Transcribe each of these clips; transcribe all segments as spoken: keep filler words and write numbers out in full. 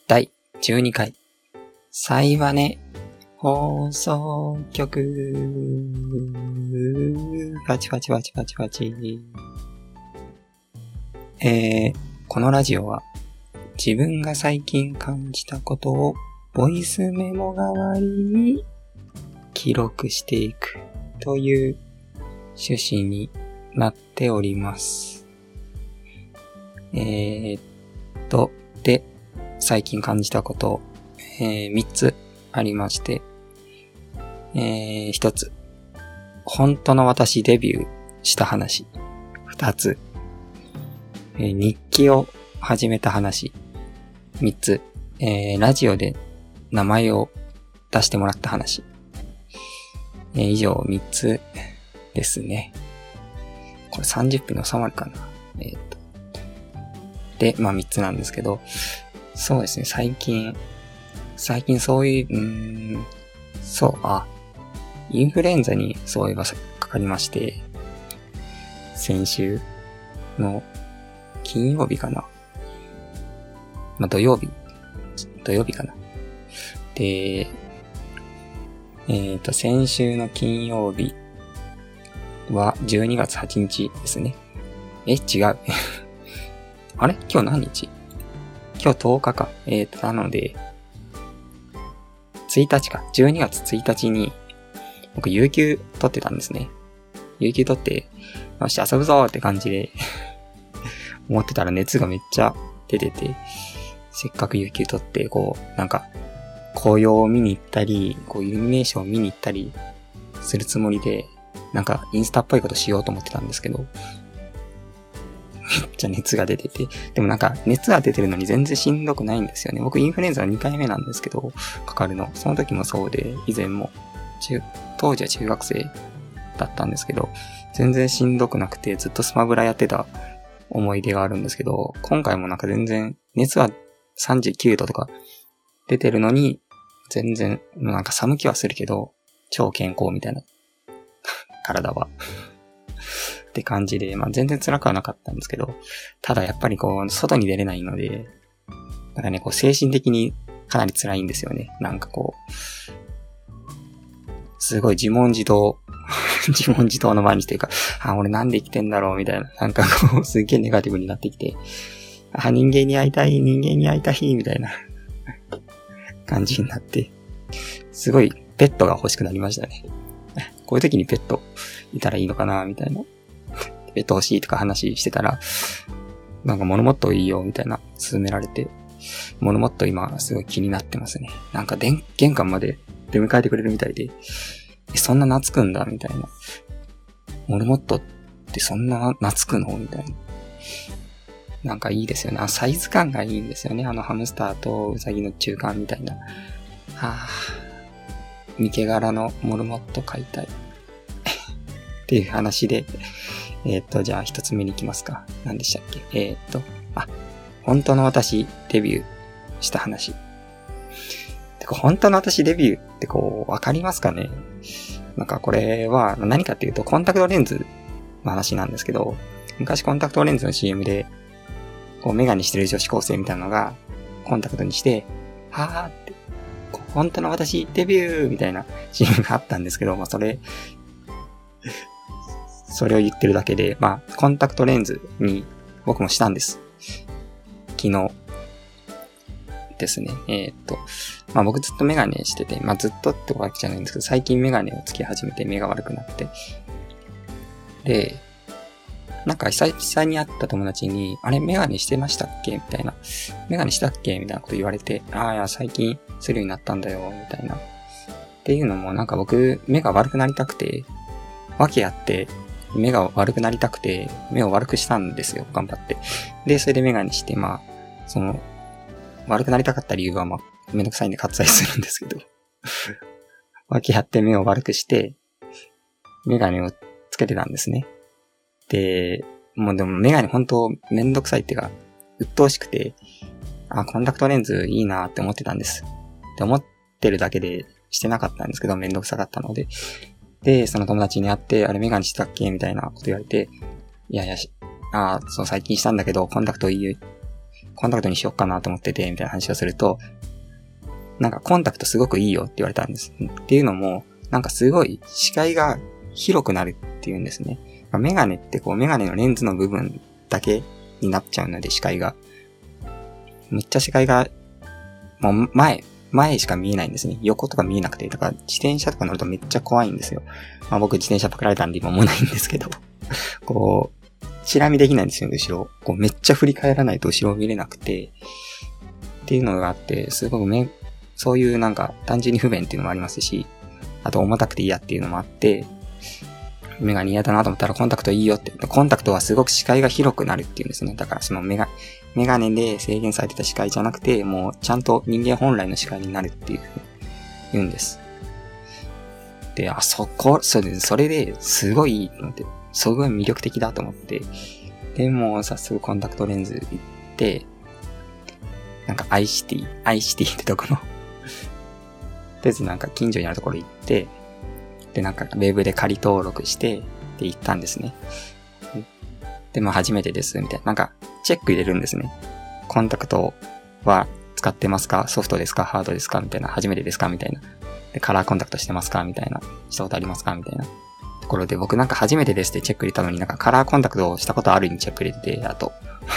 だいじゅうにかいサイバネ放送局。パチパチパチパチパチ。えー、このラジオは自分が最近感じたことをボイスメモ代わりに記録していくという趣旨になっております。えーっと、で、最近感じたこと、えー、みっつありまして、えー、ひとつ、本当の私デビューした話。ふたつ、えー、日記を始めた話。みっつ、えー、ラジオで名前を出してもらった話。えー、以上みっつですね。これさんじゅっぷんに収まるかな。えー、っと。で、まあみっつなんですけど、そうですね、最近、最近そういう、うーん、そう、あ、インフルエンザにそういえばかかりまして、先週の金曜日かな。まあ土曜日、土曜日かな。で、えっと、先週の金曜日はじゅうにがつはちにちですね。え、違う。あれ今日何日？今日とおかか。えっと、なので、ついたちか。じゅうにがつついたちに、僕、有給取ってたんですね。有給取って、よし、遊ぶぞーって感じで、思ってたら熱がめっちゃ出てて、せっかく有給取って、こう、なんか、紅葉を見に行ったり、こう、イルミネーションを見に行ったりするつもりで、なんか、インスタっぽいことしようと思ってたんですけど、めっちゃ熱が出てて、でもなんか、熱が出てるのに全然しんどくないんですよね。僕、インフルエンザのにかいめなんですけど、かかるの。その時もそうで、以前も、中、当時は中学生だったんですけど、全然しんどくなくて、ずっとスマブラやってた思い出があるんですけど、今回もなんか全然、熱はさんじゅうきゅうどとか出てるのに、全然、なんか寒気はするけど、超健康みたいな。体は。って感じで、まあ全然辛くはなかったんですけど、ただやっぱりこう、外に出れないので、なんかね、こう精神的にかなり辛いんですよね。なんかこう、すごい自問自答、自問自答の毎日というか、あ、俺なんで生きてんだろうみたいな、なんかこう、すっげえネガティブになってきて、あ、人間に会いたい、人間に会いたい、みたいな感じになって、すごいペットが欲しくなりましたね。こういう時にペットいたらいいのかなみたいな。ペット欲しいとか話してたら、なんかモノモットいいよみたいな勧められて、モノモット今すごい気になってますね。なんか玄関まで出迎えてくれるみたいで、え、そんな懐くんだみたいな。モノモットってそんな懐くのみたいな。なんかいいですよね。あ、サイズ感がいいんですよね。あのハムスターとウサギの中間みたいな。はぁ。三毛柄のモルモット買いたい。っていう話で、えっと、じゃあ一つ目に行きますか。何でしたっけ？えっと、あ、本当の私デビューした話。てか本当の私デビューってこう、わかりますかね？なんかこれは何かっていうと、コンタクトレンズの話なんですけど、昔コンタクトレンズの シーエム で、こうメガネしてる女子高生みたいなのが、コンタクトにして、はーって、本当の私デビューみたいな シーエム があったんですけど、まあそれ、それを言ってるだけで、まあ、コンタクトレンズに僕もしたんです。昨日ですね。えー、っと、まあ僕ずっとメガネしてて、まあずっとってわけじゃないんですけど、最近メガネをつけ始めて目が悪くなって。で、なんか久々に会った友達に、あれメガネしてましたっけみたいな。メガネしたっけみたいなこと言われて、ああ、いや、最近するようになったんだよ、みたいな。っていうのもなんか僕、目が悪くなりたくて、訳あって、目が悪くなりたくて、目を悪くしたんですよ、頑張って。で、それでメガネして、まあ、その、悪くなりたかった理由は、まあ、めんどくさいんで割愛するんですけど。訳あって目を悪くして、メガネをつけてたんですね。で、もうでもメガネ本当めんどくさいっていうか、鬱陶しくて、あ、コンタクトレンズいいなって思ってたんです。って思ってるだけでしてなかったんですけど、めんどくさかったので。で、その友達に会って、あれメガネしたっけみたいなこと言われて、いやいや、あ、そう最近したんだけど、コンタクトいいコンタクトにしよっかなと思ってて、みたいな話をすると、なんかコンタクトすごくいいよって言われたんです。っていうのも、なんかすごい視界が広くなるっていうんですね。メガネってこうメガネのレンズの部分だけになっちゃうので視界が。めっちゃ視界が、もう前、前しか見えないんですね。横とか見えなくて。だから自転車とか乗るとめっちゃ怖いんですよ。まあ僕自転車パクられたんで今もうないんですけど。こう、チラ見できないんですよ、後ろ。こうめっちゃ振り返らないと後ろを見れなくて。っていうのがあって、すごく目、そういうなんか単純に不便っていうのもありますし、あと重たくて嫌っていうのもあって、メガネ嫌だなと思ったらコンタクトいいよって。コンタクトはすごく視界が広くなるっていうんですね。だからそのメガ、メガネで制限されてた視界じゃなくて、もうちゃんと人間本来の視界になるっていう言うんです。で、あ、そこ、それで、それですごいいいと思って、すごい魅力的だと思って、で、もう早速コンタクトレンズ行って、なんかアイシティ、アイシティってところ、とりあえずなんか近所にあるところ行って、で、なんかウェブで仮登録して、で行ったんですね。で、まあ初めてです、みたいな。なんかチェック入れるんですね。コンタクトは使ってますか？ソフトですか？ハードですか？みたいな。初めてですか？みたいな。で、カラーコンタクトしてますか？みたいな。したことありますか？みたいな。ところで僕なんか初めてですってチェック入れたのになんかカラーコンタクトをしたことあるにチェック入れてて、あと。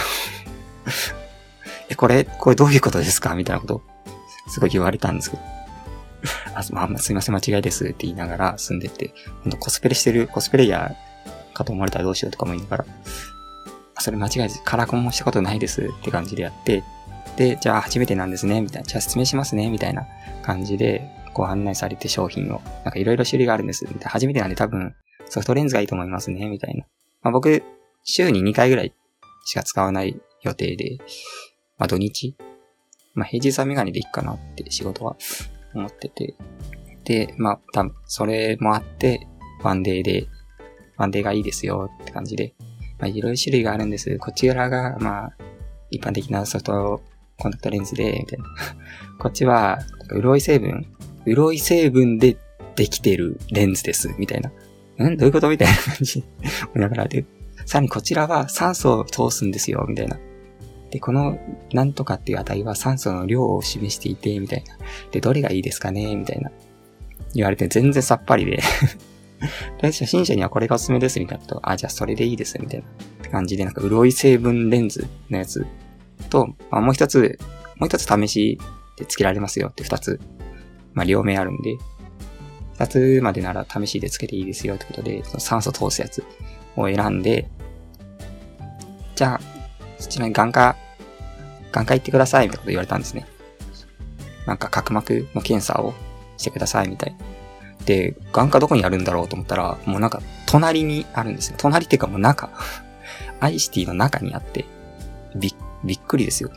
え、これ、これどういうことですか？みたいなことすごい言われたんですけど。あ、まあ、すいません、間違いですって言いながら住んでて、ほんとコスプレしてる、コスプレイヤーかと思われたらどうしようとかも言いながら、あ、それ間違いです。カラコンもしたことないですって感じでやって、で、じゃあ初めてなんですね、みたいな。じゃあ説明しますね、みたいな感じで、こう案内されて商品を、なんかいろいろ種類があるんです。みたいな。初めてなんで多分ソフトレンズがいいと思いますね、みたいな。まあ僕、週ににかいぐらいしか使わない予定で、まあ土日、まあ平日はメガネでいいかなって仕事は思ってて。で、まあ、多分、それもあって、ワンデーで、ワンデーがいいですよって感じで、まあ、いろいろ種類があるんです。こちらが、まあ、一般的なソフトコンタクトレンズで、みたいな。こっちは、潤い成分、潤い成分でできてるレンズです、みたいな。んどういうことみたいな感じ。思いながらで、さらにこちらは酸素を通すんですよ、みたいな。で、この、なんとかっていう値は酸素の量を示していて、みたいな。で、どれがいいですかねみたいな。言われて全然さっぱりで。とりあえず初心者にはこれがおすすめです、みたいなと。あ、じゃあそれでいいです、みたいな。って感じで、なんか、潤い成分レンズのやつと、まあ、もう一つ、もう一つ試しで付けられますよって二つ。まあ、両面あるんで、二つまでなら試しで付けていいですよってことで、その酸素通すやつを選んで、じゃあ、そちらに眼科、眼科行ってくださいみたいなこと言われたんですね。なんか角膜の検査をしてくださいみたいな。で、眼科どこにあるんだろうと思ったら、もうなんか隣にあるんですよ。隣っていうかもう中。アイシティの中にあって、び、びっくりですよ。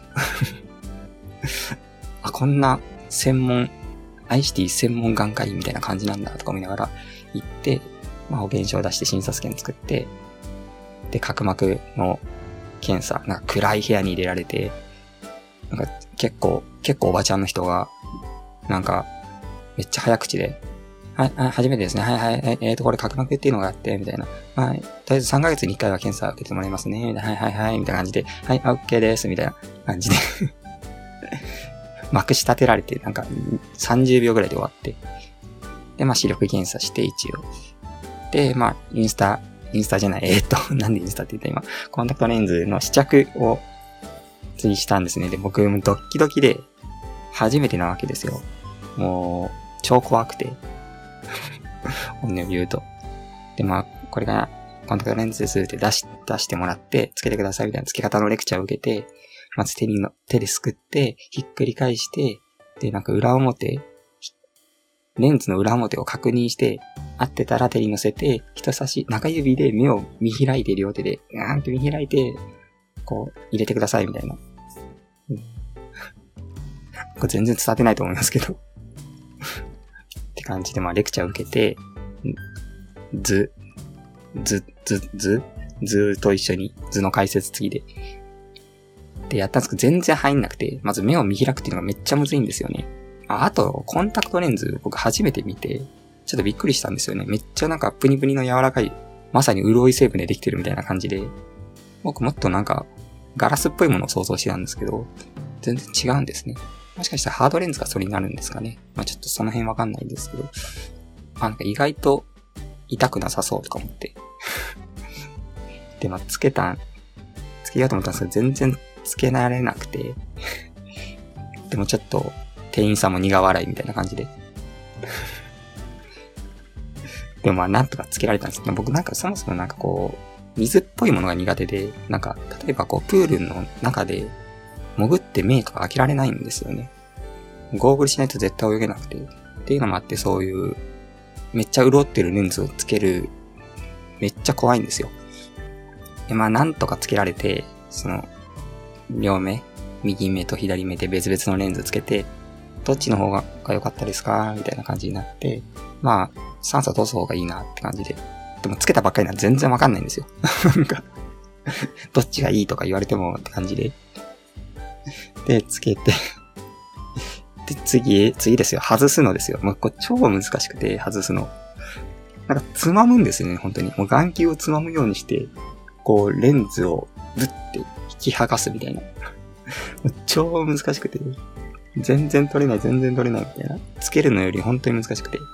あ、こんな専門、アイシティ専門眼科医みたいな感じなんだとか思いながら行って、まあ保険証を出して診察券作って、で、角膜の検査、なんか暗い部屋に入れられて、なんか結構、結構おばちゃんの人が、なんか、めっちゃ早口で、はい、はい、初めてですね。はいはい、えっと、これ角膜っていうのがあって、みたいな。はい、とりあえずさんかげつにいっかいは検査を受けてもらいますね。みたいな。はいはいはい、みたいな感じで、はい、オッケーです、みたいな感じで。まくし立てられて、なんか、さんじゅうびょうぐらいで終わって。で、まあ視力検査して一応。で、まあ、インスタ、インスタじゃない、えー、っと、なんでインスタって言った今、コンタクトレンズの試着を次したんですね。で、僕もドッキドキで、初めてなわけですよ。もう、超怖くて。本音を言うと。で、まあ、これがコンタクトレンズですって出し、出してもらって、つけてくださいみたいな付け方のレクチャーを受けて、まず手にの、手ですくって、ひっくり返して、で、なんか裏表、レンズの裏表を確認して、合ってたら手に乗せて、人差し、中指で目を見開いて両手で、ガーンって見開いて、こう、入れてくださいみたいな。うん、これ全然伝わってないと思いますけど。って感じで、まあ、レクチャーを受けて、図、図、図、図、図と一緒に、図の解説次で。で、やったんですけど、全然入んなくて、まず目を見開くっていうのがめっちゃむずいんですよね。あ、あと、コンタクトレンズ、僕初めて見て、ちょっとびっくりしたんですよね。めっちゃなんかプニプニの柔らかい、まさに潤い成分でできてるみたいな感じで、僕もっとなんか、 ガラスっぽいものを想像してたんですけど、全然違うんですね。もしかしたらハードレンズがそれになるんですかね。まあちょっとその辺わかんないんですけど、あ、なんか意外と痛くなさそうとか思って。で、まあつけた、つけようと思ったんですけど、全然つけられなくて。でもちょっと、店員さんも苦笑いみたいな感じで。でもまあなんとかつけられたんですけど、僕なんかそもそもなんかこう、水っぽいものが苦手で、なんか、例えばこう、プールの中で、潜って目とか開けられないんですよね。ゴーグルしないと絶対泳げなくて。っていうのもあって、そういう、めっちゃ潤ってるレンズをつける、めっちゃ怖いんですよ。で、まあなんとかつけられて、その、両目、右目と左目で別々のレンズつけて、どっちの方が良かったですかみたいな感じになって、まあ、酸素通す方がいいなって感じで。でもつけたばっかりなら全然わかんないんですよ。なんか、どっちがいいとか言われてもって感じで。で、つけて。で、次、次ですよ。外すのですよ。もうこれ超難しくて、外すの。なんか、つまむんですよね、本当に。もう眼球をつまむようにして、こう、レンズをブッて引き剥がすみたいな。超難しくて。全然撮れない、全然撮れないみたいな。つけるのより本当に難しくて。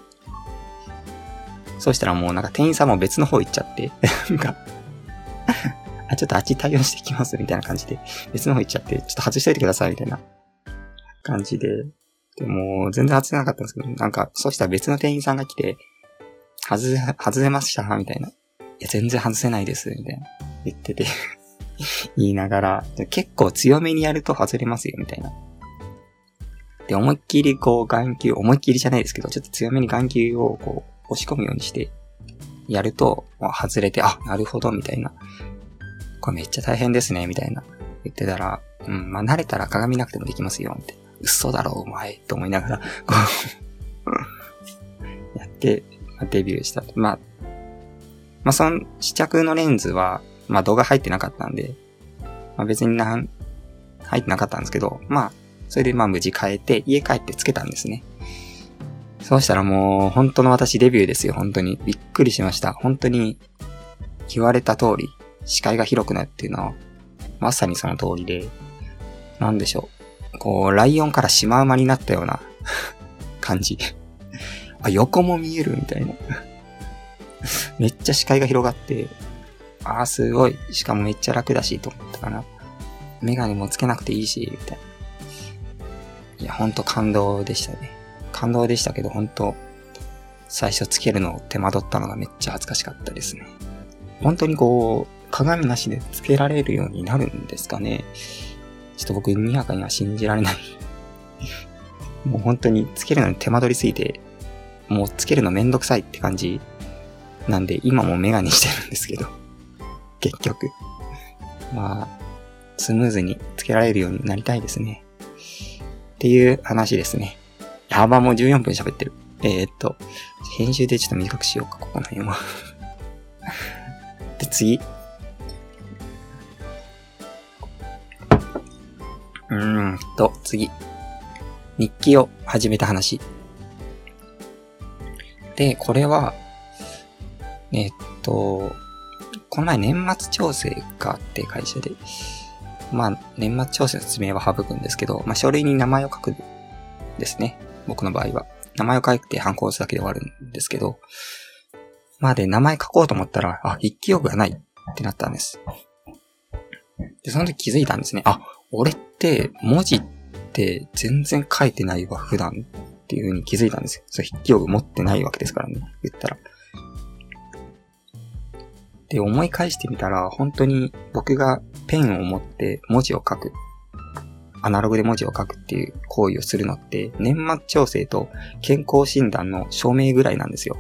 そうしたらもうなんか店員さんも別の方行っちゃって、なんか、あ、ちょっとあっち対応してきますみたいな感じで、別の方行っちゃって、ちょっと外しといてくださいみたいな感じで、でも全然外せなかったんですけど、なんか、そうしたら別の店員さんが来て、外せ、外せましたみたいな。いや、全然外せないです、みたいな。言ってて、言いながら、結構強めにやると外れますよ、みたいな。で、思いっきりこう眼球、思いっきりじゃないですけど、ちょっと強めに眼球をこう、押し込むようにして、やると、外れて、あ、なるほど、みたいな。これめっちゃ大変ですね、みたいな。言ってたら、うん、まあ、慣れたら鏡なくてもできますよ、みたいな。嘘だろ、お前、と思いながら、こう、やって、デビューした。まあ、まあ、その試着のレンズは、まあ、動画入ってなかったんで、まあ、別になん、入ってなかったんですけど、まあ、それでまあ無事変えて、家帰ってつけたんですね。そうしたらもう、本当の私デビューですよ、本当に。びっくりしました。本当に、言われた通り、視界が広くなるっていうのは、まさにその通りで、なんでしょう。こう、ライオンからシマウマになったような感じ。あ、横も見えるみたいな。めっちゃ視界が広がって、あーすごい。しかもめっちゃ楽だし、と思ったかな。メガネもつけなくていいし、みたいな。いや、ほんと感動でしたね。感動でしたけど、ほんと、最初つけるのを手間取ったのがめっちゃ恥ずかしかったですね。本当にこう、鏡なしでつけられるようになるんですかね。ちょっと僕、にわかには信じられない。もう本当につけるのに手間取りすぎて、もうつけるのめんどくさいって感じなんで、今もメガネしてるんですけど、結局。まあ、スムーズにつけられるようになりたいですね。っていう話ですね。やば、もうじゅうよんぷん喋ってる。えー、っと、編集でちょっと短くしようか、ここの辺は。で、次。うーんと、次。日記を始めた話。で、これは、えー、っと、この前年末調整があって会社で、まあ、年末調整の説明は省くんですけど、まあ、書類に名前を書くですね。僕の場合は。名前を書いてハンコを押すだけで終わるんですけど、まあで、名前書こうと思ったら、あ、筆記用具がないってなったんです。で、その時気づいたんですね。あ、俺って文字って全然書いてないわ、普段っていう風に気づいたんですよ。そう、筆記用具持ってないわけですからね、言ったら。で、思い返してみたら、本当に僕がペンを持って文字を書く。アナログで文字を書くっていう行為をするのって、年末調整と健康診断の証明ぐらいなんですよ。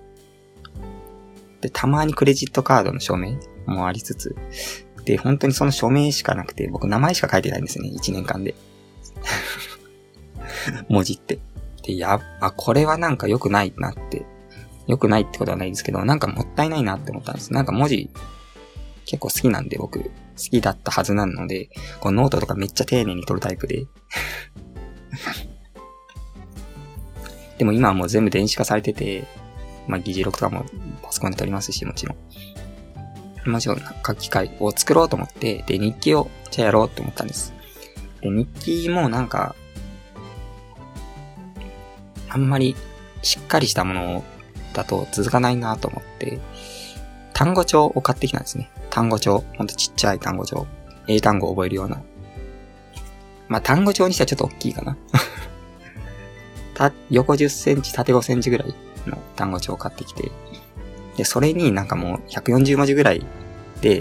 で、たまにクレジットカードの証明もありつつ、で、本当にその署名しかなくて、僕名前しか書いてないんですね、いちねんかんで。文字って。で、やっぱ、これはなんか良くないなって。良くないってことはないですけど、なんかもったいないなって思ったんです。なんか文字、結構好きなんで僕、好きだったはずなので、このノートとかめっちゃ丁寧に取るタイプで。でも今はもう全部電子化されてて、まあ議事録とかもパソコンで取りますし、もちろん。 文字の書き換えを作ろうと思って、で、日記をじゃあやろうと思ったんです。で、日記もなんか、あんまりしっかりしたものだと続かないなと思って、単語帳を買ってきたんですね。単語帳。ほんとちっちゃい単語帳。英単語を覚えるような。まあ、単語帳にしてはちょっと大きいかな。た、横じゅっセンチ、縦ごセンチぐらいの単語帳を買ってきて、で、それになんかもうひゃくよんじゅう文字ぐらいで、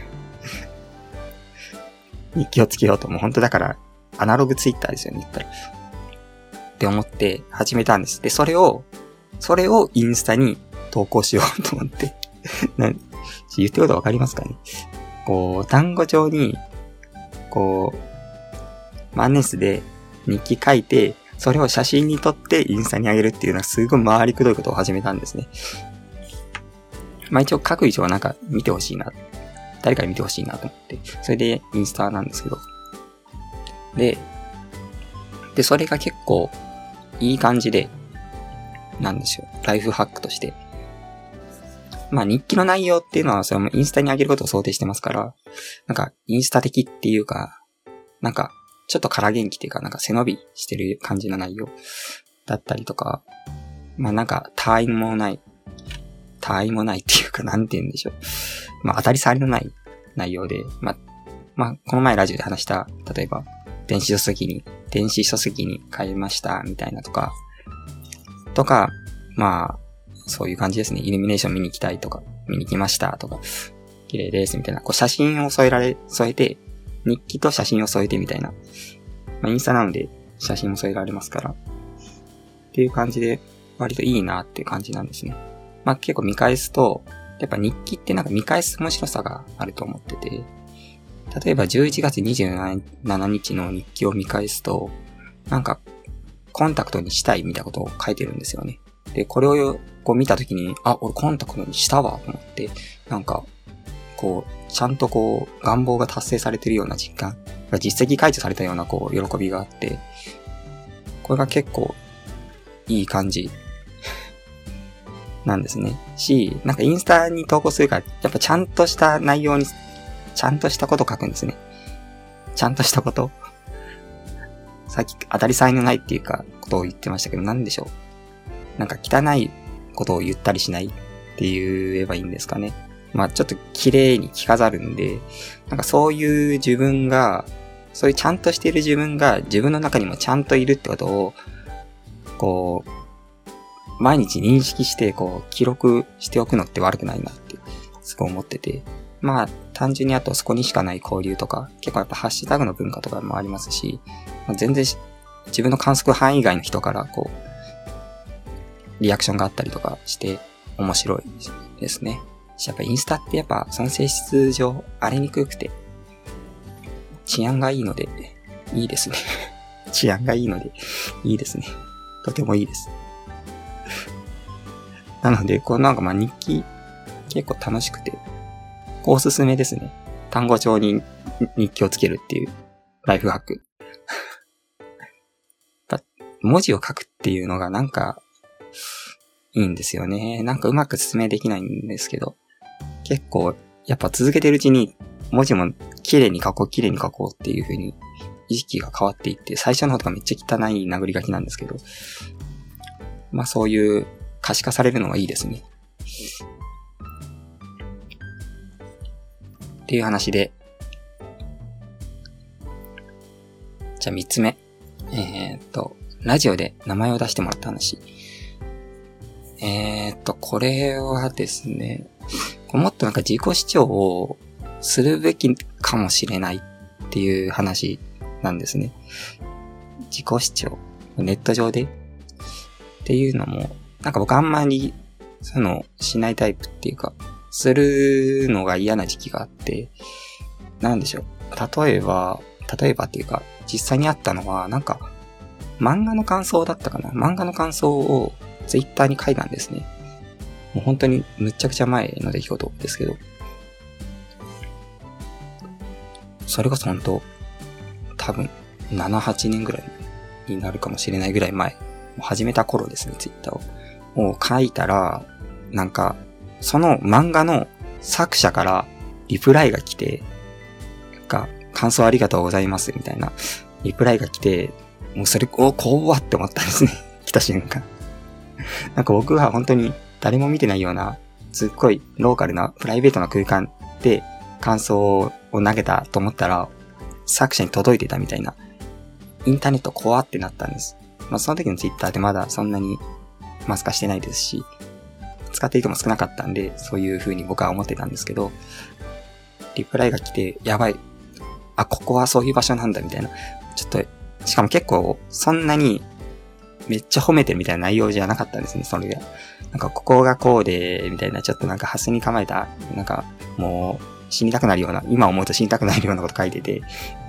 日記をつけようと。もうほんとだから、アナログツイッターですよね、言ったら。って思って始めたんです。で、それを、それをインスタに投稿しようと思って。なん言ってることわかりますかね。こう、単語帳に、こう、万年筆で日記書いて、それを写真に撮ってインスタに上げるっていうのはすごい回りくどいことを始めたんですね。まあ一応書く以上はなんか見てほしいな。誰かに見てほしいなと思って。それでインスタなんですけど。で、で、それが結構いい感じで、なんでしょう。ライフハックとして。まあ日記の内容っていうのはそれもインスタに上げることを想定してますから、なんかインスタ的っていうか、なんかちょっと空元気っていうかなんか背伸びしてる感じの内容だったりとか、まあなんか他愛もない、他愛もないっていうかなんて言うんでしょう。まあ当たり障りのない内容で、まあ、まあこの前ラジオで話した、例えば電子書籍に、電子書籍に変えましたみたいなとか、とか、まあ、そういう感じですね。イルミネーション見に行きたいとか、見に来ましたとか、綺麗ですみたいな、こう写真を添えられ、添えて、日記と写真を添えてみたいな。まあインスタなので写真も添えられますから。っていう感じで、割といいなっていう感じなんですね。まあ結構見返すと、やっぱ日記ってなんか見返す面白さがあると思ってて、例えばじゅういちがつにじゅうしちにちの日記を見返すと、なんか、コンタクトにしたいみたいなことを書いてるんですよね。で、これをこう見たときに、あ、俺コンタクトにしたわと思って、なんか、こう、ちゃんとこう、願望が達成されてるような実感、実績解除されたようなこう、喜びがあって、これが結構、いい感じ、なんですね。し、なんかインスタに投稿するから、やっぱちゃんとした内容に、ちゃんとしたこと書くんですね。ちゃんとしたこと。さっき当たり障りのないっていうか、ことを言ってましたけど、なんでしょう。なんか汚いことを言ったりしないって言えばいいんですかね。まあちょっと綺麗に着飾るんで、なんかそういう自分が、そういうちゃんとしている自分が自分の中にもちゃんといるってことを、こう、毎日認識して、こう、記録しておくのって悪くないなって、すごい思ってて。まあ、単純にあとそこにしかない交流とか、結構やっぱハッシュタグの文化とかもありますし、まあ、全然自分の観測範囲以外の人からこう、リアクションがあったりとかして面白いですね。やっぱインスタってやっぱその性質上荒れにくくて、治安がいいので、いいですね。治安がいいので、いいですね。とてもいいです。なので、こうなんかまあ日記結構楽しくて、おすすめですね。単語帳に日記をつけるっていうライフハック。文字を書くっていうのがなんかいいんですよね。なんかうまく説明できないんですけど、結構やっぱ続けてるうちに文字も綺麗に書こう綺麗に書こうっていう風に意識が変わっていって、最初の方とかめっちゃ汚い殴り書きなんですけど、まあそういう可視化されるのはいいですね。っていう話で、じゃあ三つ目。えー、っと、ラジオで名前を出してもらった話。えー、っと、これはですね、もっとなんか自己主張をするべきかもしれないっていう話なんですね。自己主張。ネット上でっていうのも、なんか僕あんまり、そういうのしないタイプっていうか、するのが嫌な時期があって、なんでしょう。例えば、例えばっていうか、実際にあったのは、なんか、漫画の感想だったかな。漫画の感想をツイッターに書いたんですね。もう本当にむっちゃくちゃ前の出来事ですけど。それこそ本当、多分、なな、はちねんぐらいになるかもしれないぐらい前。始めた頃ですね、ツイッターを。もう書いたら、なんか、その漫画の作者からリプライが来て、なんか、感想ありがとうございますみたいなリプライが来て、もうそれ、お、怖って思ったんですね。来た瞬間。なんか僕は本当に誰も見てないような、すっごいローカルなプライベートな空間で感想を投げたと思ったら、作者に届いてたみたいな。インターネット怖ってなったんです。まあその時のツイッターってまだそんなにマス化してないですし、使ってる人も少なかったんで、そういう風に僕は思ってたんですけど、リプライが来て、やばい。あ、ここはそういう場所なんだみたいな。ちょっと、しかも結構、そんなに、めっちゃ褒めてるみたいな内容じゃなかったんですね、それが。なんか、ここがこうで、みたいな、ちょっとなんか、ハスに構えた、なんか、もう、死にたくなるような、今思うと死にたくなるようなこと書いてて、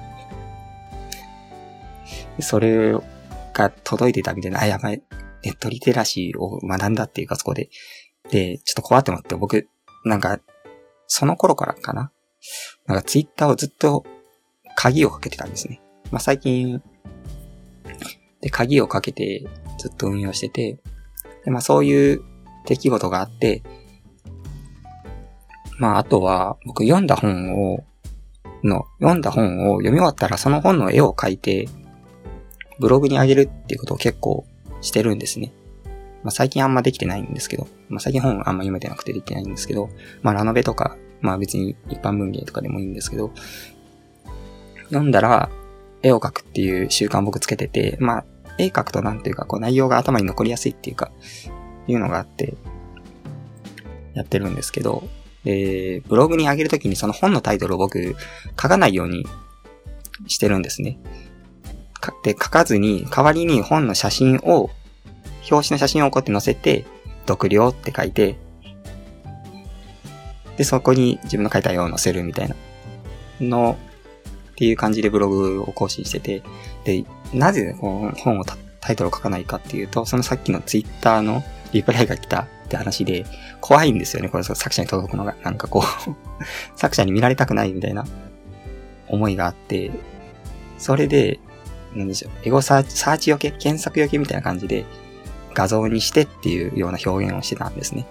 それが届いてたみたいな、あ、やばい、ネットリテラシーを学んだっていうか、そこで。で、ちょっと怖って思って、僕、なんか、その頃からかな。なんか、ツイッターをずっと、鍵をかけてたんですね。まあ、最近、で、鍵をかけてずっと運用してて、で、まあ、そういう出来事があって、まあ、あとは、僕読んだ本を、の、読んだ本を読み終わったらその本の絵を描いて、ブログに上げるっていうことを結構してるんですね。まあ、最近あんまできてないんですけど、まあ、最近本あんま読めてなくてできてないんですけど、まあ、ラノベとか、まあ別に一般文芸とかでもいいんですけど、読んだら絵を描くっていう習慣僕つけてて、まあ絵描くとなんていうかこう内容が頭に残りやすいっていうか、いうのがあってやってるんですけど、で、ブログに上げるときにその本のタイトルを僕書かないようにしてるんですね。で、書かずに代わりに本の写真を、表紙の写真をこうやって載せて、読了って書いて、で、そこに自分の書いた絵を載せるみたいなのっていう感じでブログを更新してて、で、なぜこの本をタイトルを書かないかっていうと、そのさっきのツイッターのリプライが来たって話で、怖いんですよね、これ作者に届くのが。なんかこう、作者に見られたくないみたいな思いがあって、それで、なんでしょう、エゴサーチ、サーチよけ、検索よけみたいな感じで画像にしてっていうような表現をしてたんですね。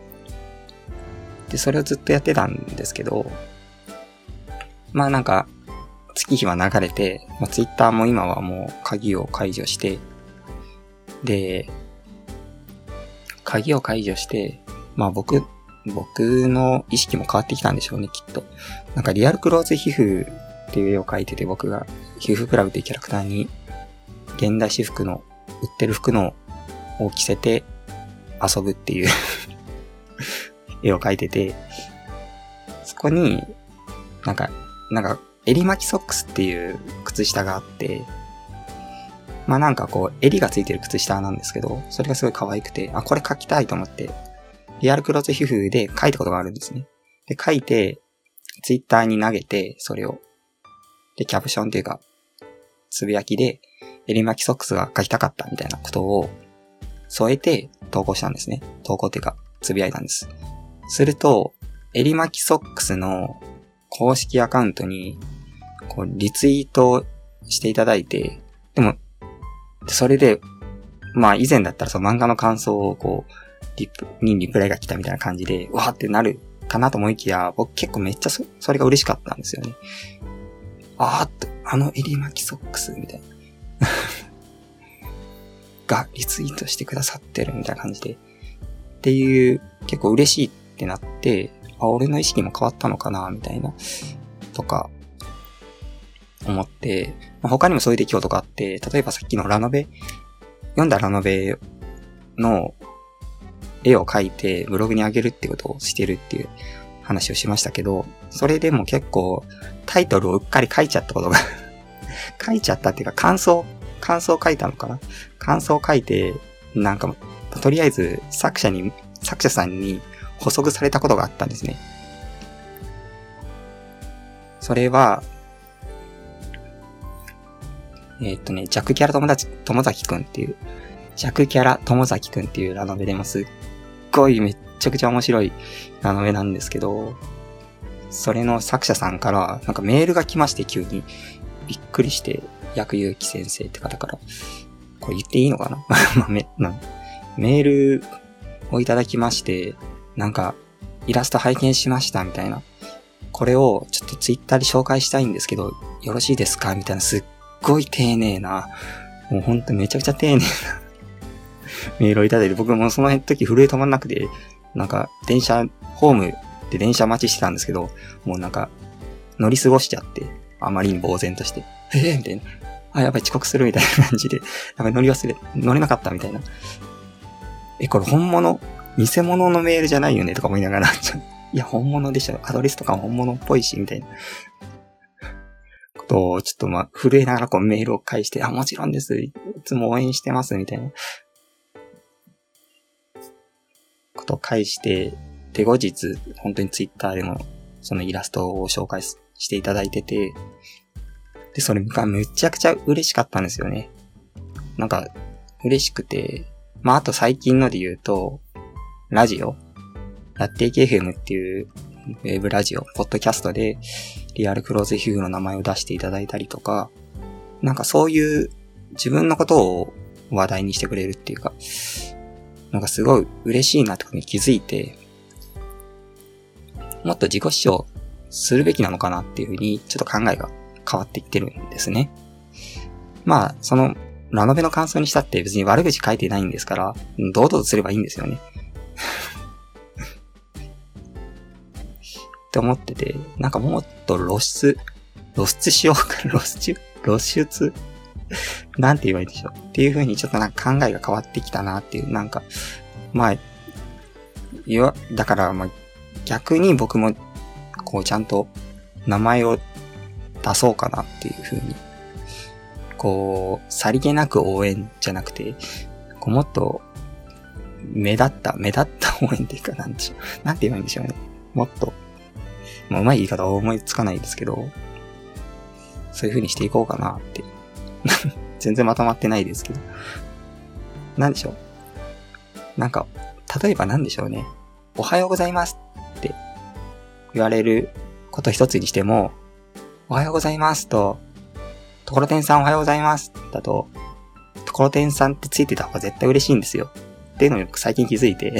で、それをずっとやってたんですけど、まあなんか、月日は流れて、まあ、ツイッターも今はもう鍵を解除して、で、鍵を解除して、まあ僕、僕の意識も変わってきたんでしょうね、きっと。なんかリアルクローズ皮膚っていう絵を描いてて、僕が皮膚クラブっていうキャラクターに、現代私服の、売ってる服のを着せて遊ぶっていう絵を描いてて、そこに、なんか、なんか、襟巻きソックスっていう靴下があって、まあなんかこう、襟がついてる靴下なんですけど、それがすごい可愛くて、あ、これ描きたいと思って、リアルクローズ皮膚で描いたことがあるんですね。で、描いて、ツイッターに投げて、それを。で、キャプションっていうか、つぶやきで、襟巻きソックスが描きたかったみたいなことを添えて投稿したんですね。投稿っていうか、つぶやいたんです。すると、襟巻きソックスの公式アカウントに、こう、リツイートしていただいて、でも、それで、まあ以前だったらその漫画の感想をこう、リプ、にリプライが来たみたいな感じで、わーってなるかなと思いきや、僕結構めっちゃそ、それが嬉しかったんですよね。あーって、あの襟巻きソックスみたいな。がリツイートしてくださってるみたいな感じで。っていう、結構嬉しいってなって、あ、俺の意識も変わったのかなみたいな。とか、思って、まあ、他にもそういう出来事があって、例えばさっきのラノベ、読んだラノベの絵を描いてブログに上げるってことをしてるっていう話をしましたけど、それでも結構タイトルをうっかり書いちゃったことが書いちゃったっていうか感想、感想書いたのかな感想書いて、なんか、とりあえず作者に、作者さんに補足されたことがあったんですね。それは、えーっとね、弱キャラ友達、友崎くんっていう、弱キャラ友崎くんっていうラノベでもすっごいめっちゃくちゃ面白いラノベなんですけど、それの作者さんからなんかメールが来まして急にびっくりして、薬ゆうき先生って方から、これ言っていいのかなメ, メールをいただきまして、なんかイラスト拝見しましたみたいなこれをちょっとツイッターで紹介したいんですけど、よろしいですかみたいな、すっごい丁寧な、もうほんとめちゃくちゃ丁寧なメールをいただいて、僕もその時震え止まんなくて、なんか電車、ホームで電車待ちしてたんですけど、もうなんか乗り過ごしちゃって、あまりに呆然として、えーみたいな。あ、やばい遅刻するみたいな感じで、やばい乗り忘れ、乗れなかったみたいな。え、これ本物偽物のメールじゃないよねとか思いながら、いや、本物でしょ。アドレスとかも本物っぽいし、みたいな。ことを、ちょっとまあ、震えながらこうメールを返して、あ、もちろんです。いつも応援してます、みたいな。ことを返して、で、後日、本当にツイッターでも、そのイラストを紹介していただいてて、で、それがめちゃくちゃ嬉しかったんですよね。なんか、嬉しくて、まあ、あと最近ので言うと、ラジオやっていけ エフエム っていうウェブラジオ、ポッドキャストでリアルクローズヒューの名前を出していただいたりとか、なんかそういう自分のことを話題にしてくれるっていうか、なんかすごい嬉しいなってことに気づいて、もっと自己主張するべきなのかなっていうふうにちょっと考えが変わってきてるんですね。まあ、そのラノベの感想にしたって別に悪口書いてないんですから、堂々とすればいいんですよね。って思ってて、なんかもっと露出、露出しようか、露出、露出なんて言えばいいんでしょう。っていう風にちょっとなんか考えが変わってきたなっていう、なんか、まあ、いや、だからまあ、逆に僕も、こうちゃんと名前を出そうかなっていう風に、こう、さりげなく応援じゃなくて、こうもっと、目立った、目立った応援っていうか、なんでしょう。なんて言えばいいんでしょうね。もっと、まあ、うまい言い方は思いつかないですけど、そういう風にしていこうかなって。全然まとまってないですけど。なんでしょう。なんか、例えばなんでしょうね。おはようございますって言われること一つにしても、おはようございますと、ところてんさんおはようございますだと、ところてんさんってついてた方が絶対嬉しいんですよ。っていうのに最近気づいて、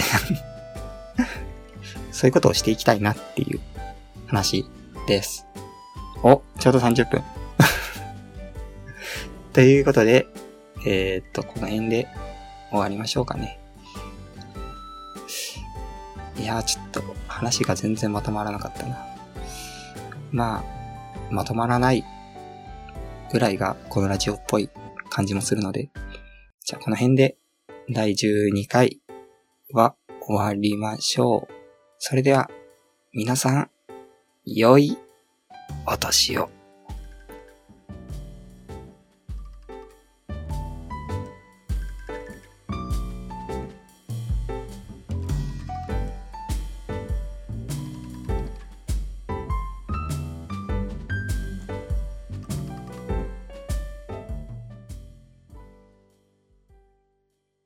そういうことをしていきたいなっていう話です。お、ちょうどさんじゅっぷん。ということで、えー、っと、この辺で終わりましょうかね。いやー、ちょっと話が全然まとまらなかったな。まあ、まとまらないぐらいがこのラジオっぽい感じもするので、じゃあこの辺でだいじゅうにかいは終わりましょう。それでは皆さん、良いお年を。